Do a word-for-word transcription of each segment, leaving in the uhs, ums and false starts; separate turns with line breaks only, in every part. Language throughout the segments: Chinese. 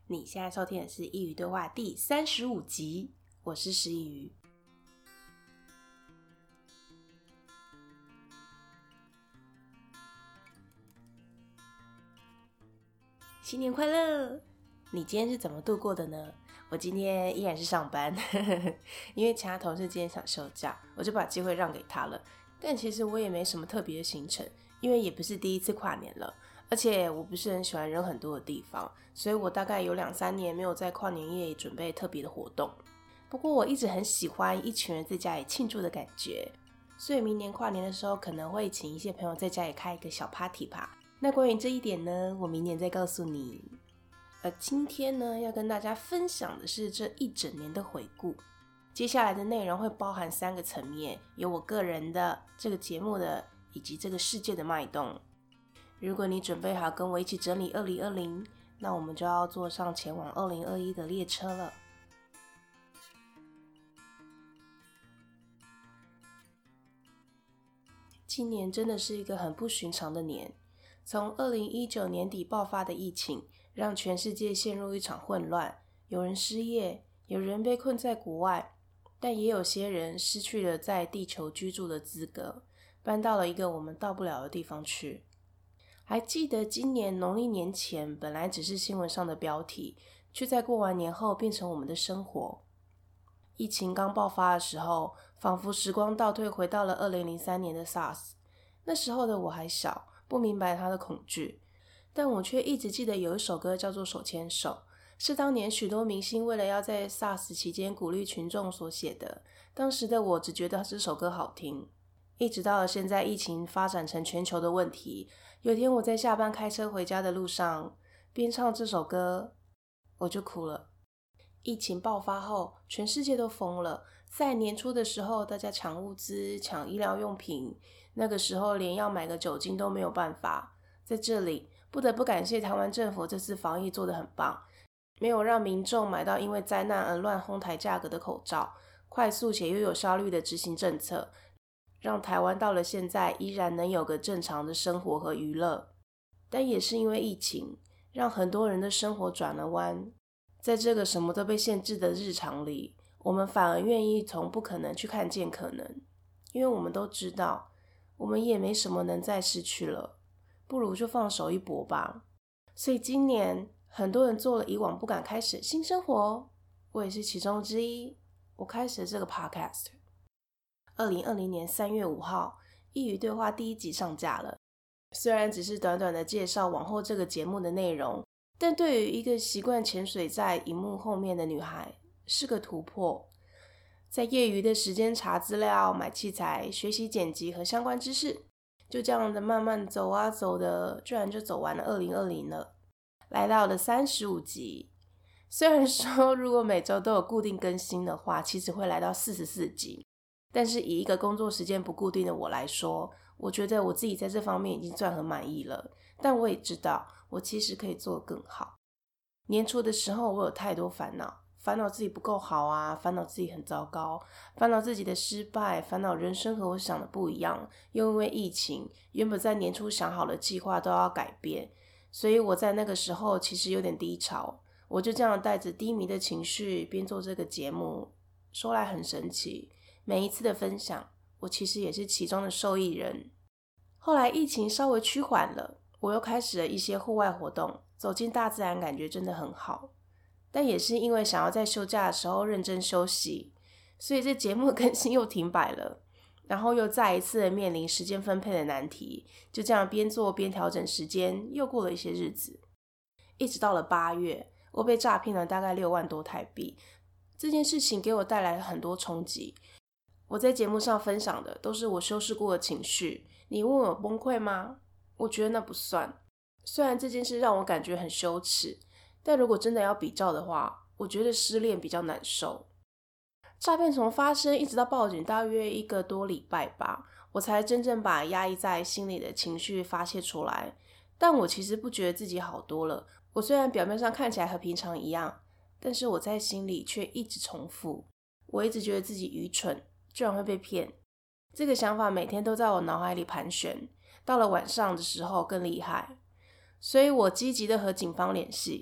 你现在收听的是一语对话第三十五集，我是石一语。新年快乐！你今天是怎么度过的呢？我今天依然是上班，因为其他同事今天想休假，我就把机会让给他了。但其实我也没什么特别的行程，因为也不是第一次跨年了。而且我不是很喜欢人很多的地方，所以我大概有两三年没有在跨年夜准备特别的活动。不过我一直很喜欢一群人在家里庆祝的感觉，所以明年跨年的时候可能会请一些朋友在家里开一个小 party 吧。那关于这一点呢，我明年再告诉你。而今天呢，要跟大家分享的是这一整年的回顾。接下来的内容会包含三个层面，有我个人的、这个节目的以及这个世界的脉动。如果你准备好跟我一起整理二零二零，那我们就要坐上前往二零二一的列车了。今年真的是一个很不寻常的年，从二零一九年底爆发的疫情，让全世界陷入一场混乱，有人失业，有人被困在国外，但也有些人失去了在地球居住的资格，搬到了一个我们到不了的地方去。还记得今年农历年前本来只是新闻上的标题，却在过完年后变成我们的生活。疫情刚爆发的时候，仿佛时光倒退回到了二零零三年的 SARS。 那时候的我还小，不明白它的恐惧，但我却一直记得有一首歌叫做手牵手，是当年许多明星为了要在 SARS 期间鼓励群众所写的。当时的我只觉得这首歌好听，一直到了现在疫情发展成全球的问题，有天我在下班开车回家的路上，边唱这首歌，我就哭了。疫情爆发后，全世界都疯了。在年初的时候，大家抢物资、抢医疗用品，那个时候连要买个酒精都没有办法。在这里，不得不感谢台湾政府这次防疫做得很棒，没有让民众买到因为灾难而乱哄抬价格的口罩，快速且又有效率的执行政策，让台湾到了现在依然能有个正常的生活和娱乐。但也是因为疫情，让很多人的生活转了弯。在这个什么都被限制的日常里，我们反而愿意从不可能去看见可能，因为我们都知道，我们也没什么能再失去了，不如就放手一搏吧。所以今年很多人做了以往不敢开始的新生活，我也是其中之一。我开始了这个 podcast。二零二零年三月五号，一语对话第一集上架了。虽然只是短短的介绍往后这个节目的内容，但对于一个习惯潜水在荧幕后面的女孩，是个突破。在业余的时间查资料、买器材、学习剪辑和相关知识，就这样的慢慢走啊走的，居然就走完了二零二零了，来到了三十五集。虽然说如果每周都有固定更新的话，其实会来到四十四集，但是以一个工作时间不固定的我来说，我觉得我自己在这方面已经算很满意了。但我也知道我其实可以做得更好。年初的时候我有太多烦恼，烦恼自己不够好啊，烦恼自己很糟糕，烦恼自己的失败，烦恼人生和我想的不一样，又因为疫情，原本在年初想好的计划都要改变，所以我在那个时候其实有点低潮。我就这样带着低迷的情绪边做这个节目，说来很神奇，每一次的分享，我其实也是其中的受益人。后来疫情稍微趋缓了，我又开始了一些户外活动，走进大自然感觉真的很好。但也是因为想要在休假的时候认真休息，所以这节目更新又停摆了，然后又再一次的面临时间分配的难题，就这样边做边调整时间，又过了一些日子。一直到了八月，我被诈骗了大概六万多台币，这件事情给我带来了很多冲击。我在节目上分享的都是我修饰过的情绪，你问我崩溃吗？我觉得那不算。虽然这件事让我感觉很羞耻，但如果真的要比较的话，我觉得失恋比较难受。诈骗从发生一直到报警大约一个多礼拜吧，我才真正把压抑在心里的情绪发泄出来。但我其实不觉得自己好多了，我虽然表面上看起来和平常一样，但是我在心里却一直重复。我一直觉得自己愚蠢，居然会被骗。这个想法每天都在我脑海里盘旋，到了晚上的时候更厉害。所以我积极的和警方联系，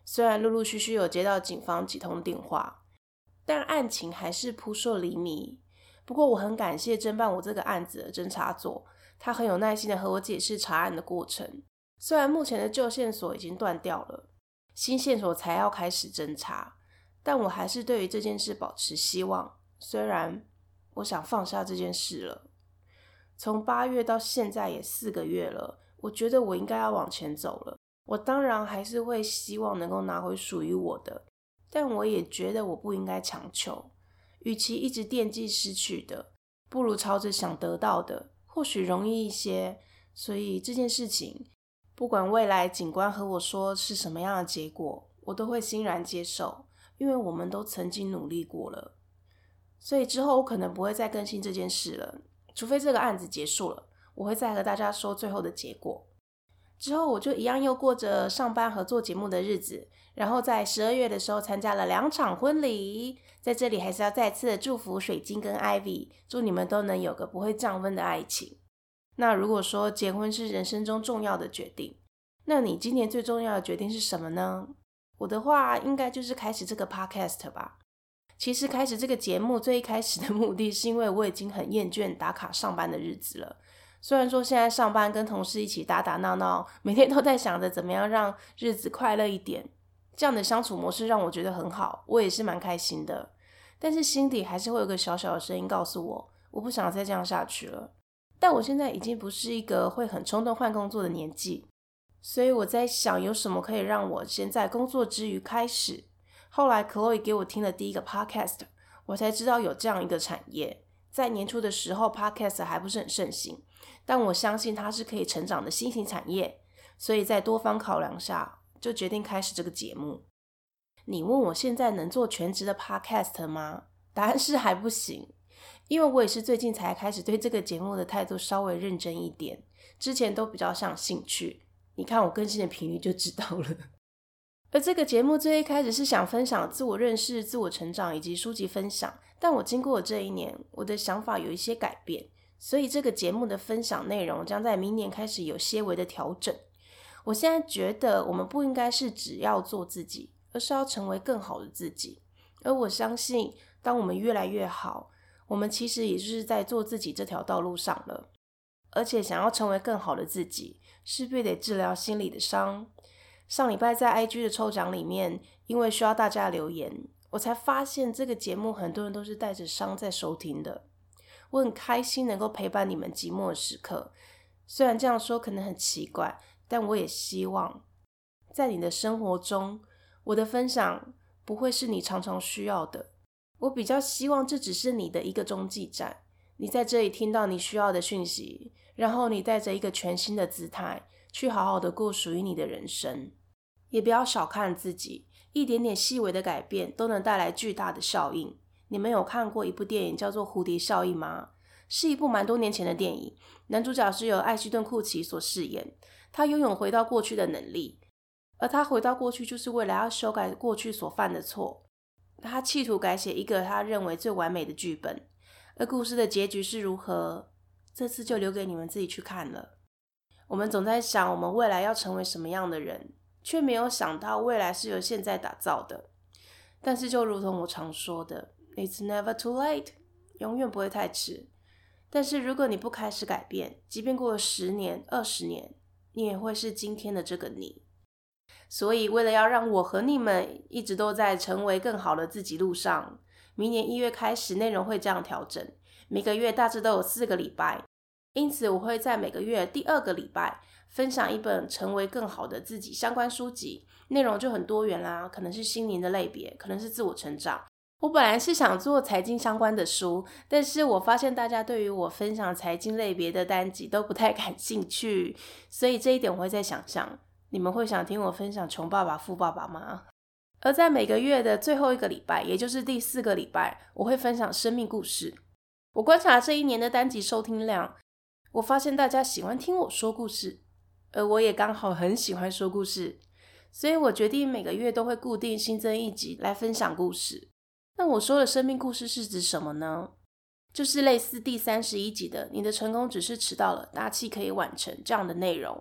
虽然陆陆续续有接到警方几通电话，但案情还是扑朔迷离。不过我很感谢侦办我这个案子的侦查组，他很有耐心的和我解释查案的过程。虽然目前的旧线索已经断掉了，新线索才要开始侦查，但我还是对于这件事保持希望。虽然我想放下这件事了，从八月到现在也四个月了，我觉得我应该要往前走了。我当然还是会希望能够拿回属于我的，但我也觉得我不应该强求。与其一直惦记失去的，不如朝着想得到的，或许容易一些。所以这件事情，不管未来警官和我说是什么样的结果，我都会欣然接受，因为我们都曾经努力过了。所以之后我可能不会再更新这件事了，除非这个案子结束了，我会再和大家说最后的结果。之后我就一样又过着上班和做节目的日子，然后在十二月的时候参加了两场婚礼。在这里还是要再次的祝福水晶跟 Ivy， 祝你们都能有个不会降温的爱情。那如果说结婚是人生中重要的决定，那你今年最重要的决定是什么呢？我的话应该就是开始这个 podcast 吧。其实开始这个节目最一开始的目的是因为我已经很厌倦打卡上班的日子了。虽然说现在上班跟同事一起打打闹闹，每天都在想着怎么样让日子快乐一点，这样的相处模式让我觉得很好，我也是蛮开心的。但是心底还是会有个小小的声音告诉我，我不想再这样下去了。但我现在已经不是一个会很冲动换工作的年纪，所以我在想有什么可以让我先在工作之余开始。后来 Chloe 给我听了第一个 podcast， 我才知道有这样一个产业。在年初的时候 podcast 还不是很盛行，但我相信它是可以成长的新型产业，所以在多方考量下就决定开始这个节目。你问我现在能做全职的 podcast 吗？答案是还不行，因为我也是最近才开始对这个节目的态度稍微认真一点，之前都比较像兴趣，你看我更新的频率就知道了。而这个节目最一开始是想分享自我认识、自我成长以及书籍分享，但我经过这一年，我的想法有一些改变，所以这个节目的分享内容将在明年开始有些微的调整。我现在觉得我们不应该是只要做自己，而是要成为更好的自己。而我相信当我们越来越好，我们其实也就是在做自己这条道路上了。而且想要成为更好的自己，势必得治疗心理的伤。上礼拜在 I G 的抽奖里面，因为需要大家留言，我才发现这个节目很多人都是带着伤在收听的。我很开心能够陪伴你们寂寞的时刻，虽然这样说可能很奇怪，但我也希望在你的生活中，我的分享不会是你常常需要的。我比较希望这只是你的一个中继站，你在这里听到你需要的讯息，然后你带着一个全新的姿态去好好的过属于你的人生。也不要小看自己，一点点细微的改变都能带来巨大的效应。你们有看过一部电影叫做《蝴蝶效应》吗？是一部蛮多年前的电影，男主角是由艾希顿·库奇所饰演，他拥有回到过去的能力，而他回到过去就是为了要修改过去所犯的错。他企图改写一个他认为最完美的剧本，而故事的结局是如何，这次就留给你们自己去看了。我们总在想我们未来要成为什么样的人，却没有想到未来是由现在打造的。但是就如同我常说的 It's never too late， 永远不会太迟。但是如果你不开始改变，即便过了十年、二十年，你也会是今天的这个你。所以为了要让我和你们一直都在成为更好的自己路上，明年一月开始内容会这样调整，每个月大致都有四个礼拜，因此我会在每个月第二个礼拜分享一本成为更好的自己相关书籍，内容就很多元啦，可能是心灵的类别，可能是自我成长。我本来是想做财经相关的书，但是我发现大家对于我分享财经类别的单集都不太感兴趣，所以这一点我会再想想，你们会想听我分享穷爸爸富爸爸吗？而在每个月的最后一个礼拜，也就是第四个礼拜，我会分享生命故事。我观察这一年的单集收听量，我发现大家喜欢听我说故事，而我也刚好很喜欢说故事，所以我决定每个月都会固定新增一集来分享故事。那我说的生命故事是指什么呢？就是类似第三十一集的你的成功只是迟到了，大器可以晚成这样的内容。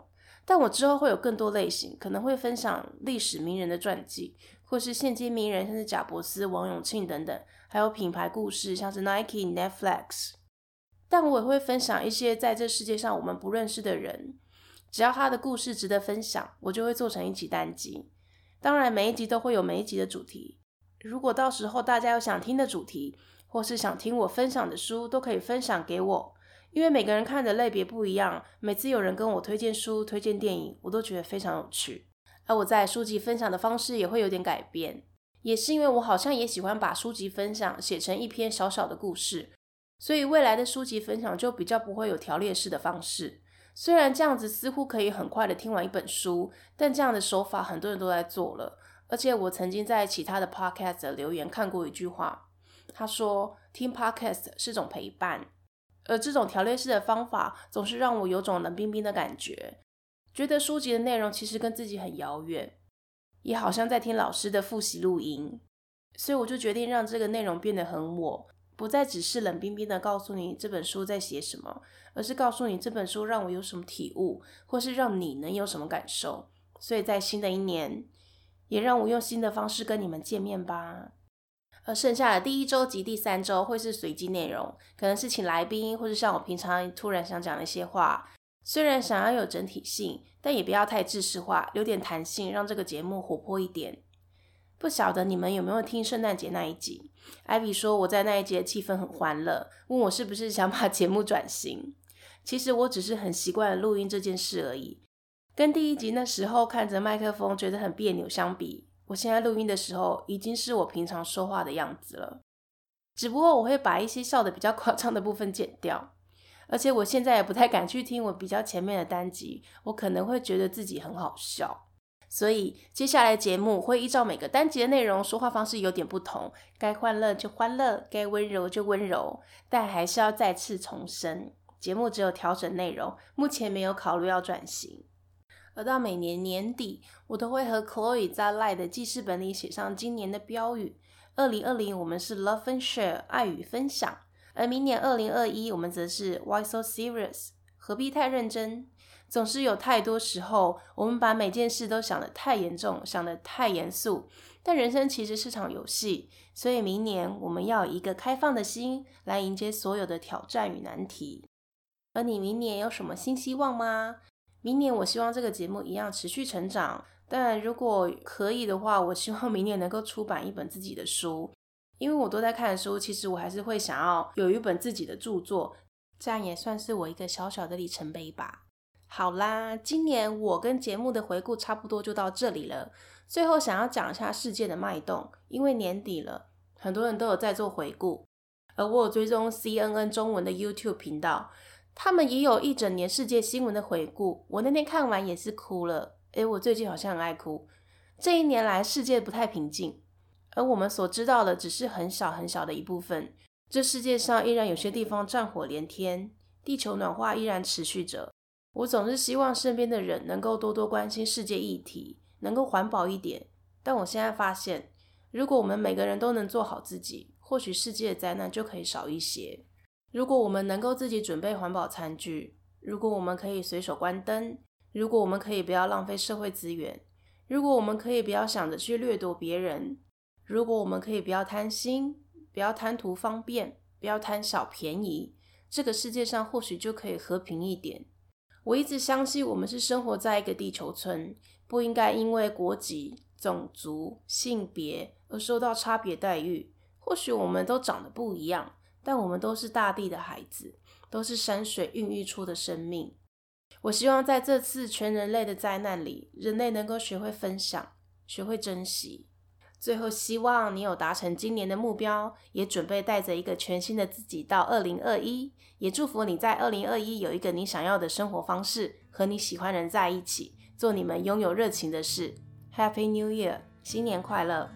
但我之后会有更多类型，可能会分享历史名人的传记，或是现今名人，像是贾伯斯、王永庆等等，还有品牌故事，像是 Nike、Netflix。但我也会分享一些在这世界上我们不认识的人，只要他的故事值得分享，我就会做成一集单集。当然每一集都会有每一集的主题，如果到时候大家有想听的主题，或是想听我分享的书，都可以分享给我，因为每个人看的类别不一样，每次有人跟我推荐书、推荐电影，我都觉得非常有趣。而我在书籍分享的方式也会有点改变，也是因为我好像也喜欢把书籍分享写成一篇小小的故事，所以未来的书籍分享就比较不会有条列式的方式。虽然这样子似乎可以很快的听完一本书，但这样的手法很多人都在做了。而且我曾经在其他的 podcast 的留言看过一句话，他说听 podcast 是种陪伴，而这种条列式的方法总是让我有种冷冰冰的感觉，觉得书籍的内容其实跟自己很遥远，也好像在听老师的复习录音。所以我就决定让这个内容变得很我，不再只是冷冰冰的告诉你这本书在写什么，而是告诉你这本书让我有什么体悟，或是让你能有什么感受。所以在新的一年，也让我用新的方式跟你们见面吧。而剩下的第一周及第三周会是随机内容，可能是请来宾，或是像我平常突然想讲的一些话。虽然想要有整体性，但也不要太制式化，留点弹性，让这个节目活泼一点。不晓得你们有没有听圣诞节那一集？艾比说我在那一集的气氛很欢乐，问我是不是想把节目转型。其实我只是很习惯录音这件事而已，跟第一集那时候看着麦克风觉得很别扭相比，我现在录音的时候已经是我平常说话的样子了。只不过我会把一些笑得比较夸张的部分剪掉，而且我现在也不太敢去听我比较前面的单集，我可能会觉得自己很好笑。所以接下来的节目会依照每个单集的内容，说话方式有点不同，该欢乐就欢乐，该温柔就温柔，但还是要再次重申，节目只有调整内容，目前没有考虑要转型。而到每年年底，我都会和 Chloe 在 Line 的记事本里写上今年的标语。二零二零我们是 Love and Share 爱与分享，而明年二零二一我们则是 Why so serious 何必太认真。总是有太多时候，我们把每件事都想得太严重，想得太严肃，但人生其实是场游戏，所以明年我们要以一个开放的心来迎接所有的挑战与难题。而你明年有什么新希望吗？明年我希望这个节目一样持续成长，但如果可以的话，我希望明年能够出版一本自己的书，因为我都在看书，其实我还是会想要有一本自己的著作，这样也算是我一个小小的里程碑吧。好啦，今年我跟节目的回顾差不多就到这里了。最后想要讲一下世界的脉动，因为年底了，很多人都有在做回顾，而我有追踪 C N N 中文的 YouTube 频道，他们也有一整年世界新闻的回顾，我那天看完也是哭了。诶，我最近好像很爱哭。这一年来世界不太平静，而我们所知道的只是很小很小的一部分。这世界上依然有些地方战火连天，地球暖化依然持续着。我总是希望身边的人能够多多关心世界议题，能够环保一点。但我现在发现，如果我们每个人都能做好自己，或许世界的灾难就可以少一些。如果我们能够自己准备环保餐具，如果我们可以随手关灯，如果我们可以不要浪费社会资源，如果我们可以不要想着去掠夺别人，如果我们可以不要贪心，不要贪图方便，不要贪小便宜，这个世界上或许就可以和平一点。我一直相信我们是生活在一个地球村，不应该因为国籍、种族、性别而受到差别待遇。或许我们都长得不一样，但我们都是大地的孩子，都是山水孕育出的生命。我希望在这次全人类的灾难里，人类能够学会分享，学会珍惜。最后希望你有达成今年的目标，也准备带着一个全新的自己到二零二一，也祝福你在二零二一有一个你想要的生活方式，和你喜欢人在一起，做你们拥有热情的事。 Happy New Year， 新年快乐。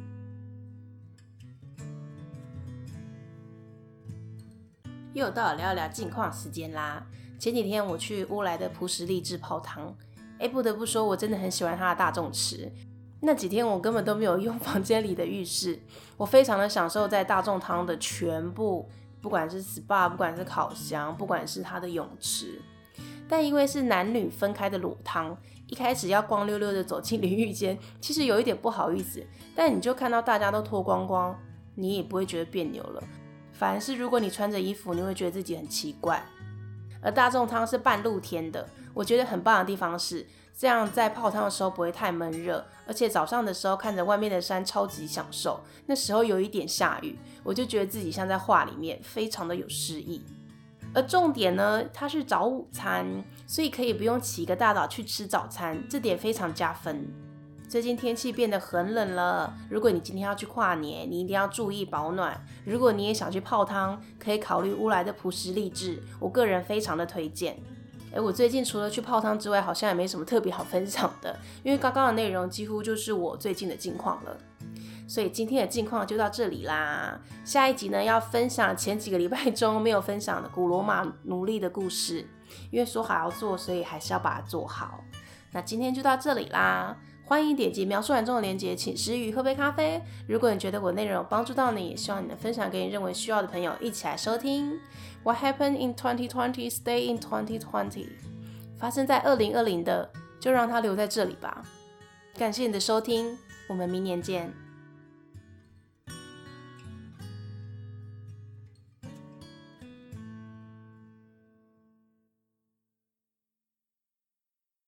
又到了聊聊近况时间啦。前几天我去乌来的朴实励志泡汤，诶不得不说我真的很喜欢它的大众池。那几天我根本都没有用房间里的浴室，我非常的享受在大众汤的全部，不管是 S P A， 不管是烤箱，不管是它的泳池。 但因为是男女分开的裸汤，一开始要光溜溜的走进淋浴间，其实有一点不好意思，但你就看到大家都脱光光，你也不会觉得别扭了，反而是如果你穿着衣服，你会觉得自己很奇怪。而大众汤是半露天的，我觉得很棒的地方是，这样在泡汤的时候不会太闷热，而且早上的时候看着外面的山超级享受，那时候有一点下雨，我就觉得自己像在画里面，非常的有诗意。而重点呢，它是早午餐，所以可以不用起个大早去吃早餐，这点非常加分。最近天气变得很冷了，如果你今天要去跨年，你一定要注意保暖。如果你也想去泡汤，可以考虑乌来的璞石励志，我个人非常的推荐。诶，我最近除了去泡汤之外，好像也没什么特别好分享的，因为刚刚的内容几乎就是我最近的近况了。所以今天的近况就到这里啦。下一集呢，要分享前几个礼拜中没有分享的古罗马奴隶的故事，因为说好要做，所以还是要把它做好。那今天就到这里啦，欢迎点击描述栏中的连结，请食鱼喝杯咖啡。如果你觉得我内容有帮助到你，也希望你能分享给你认为需要的朋友一起来收听。What happened in twenty twenty, stay in twenty twenty。发生在二零二零的，就让它留在这里吧。感谢你的收听，我们明年见。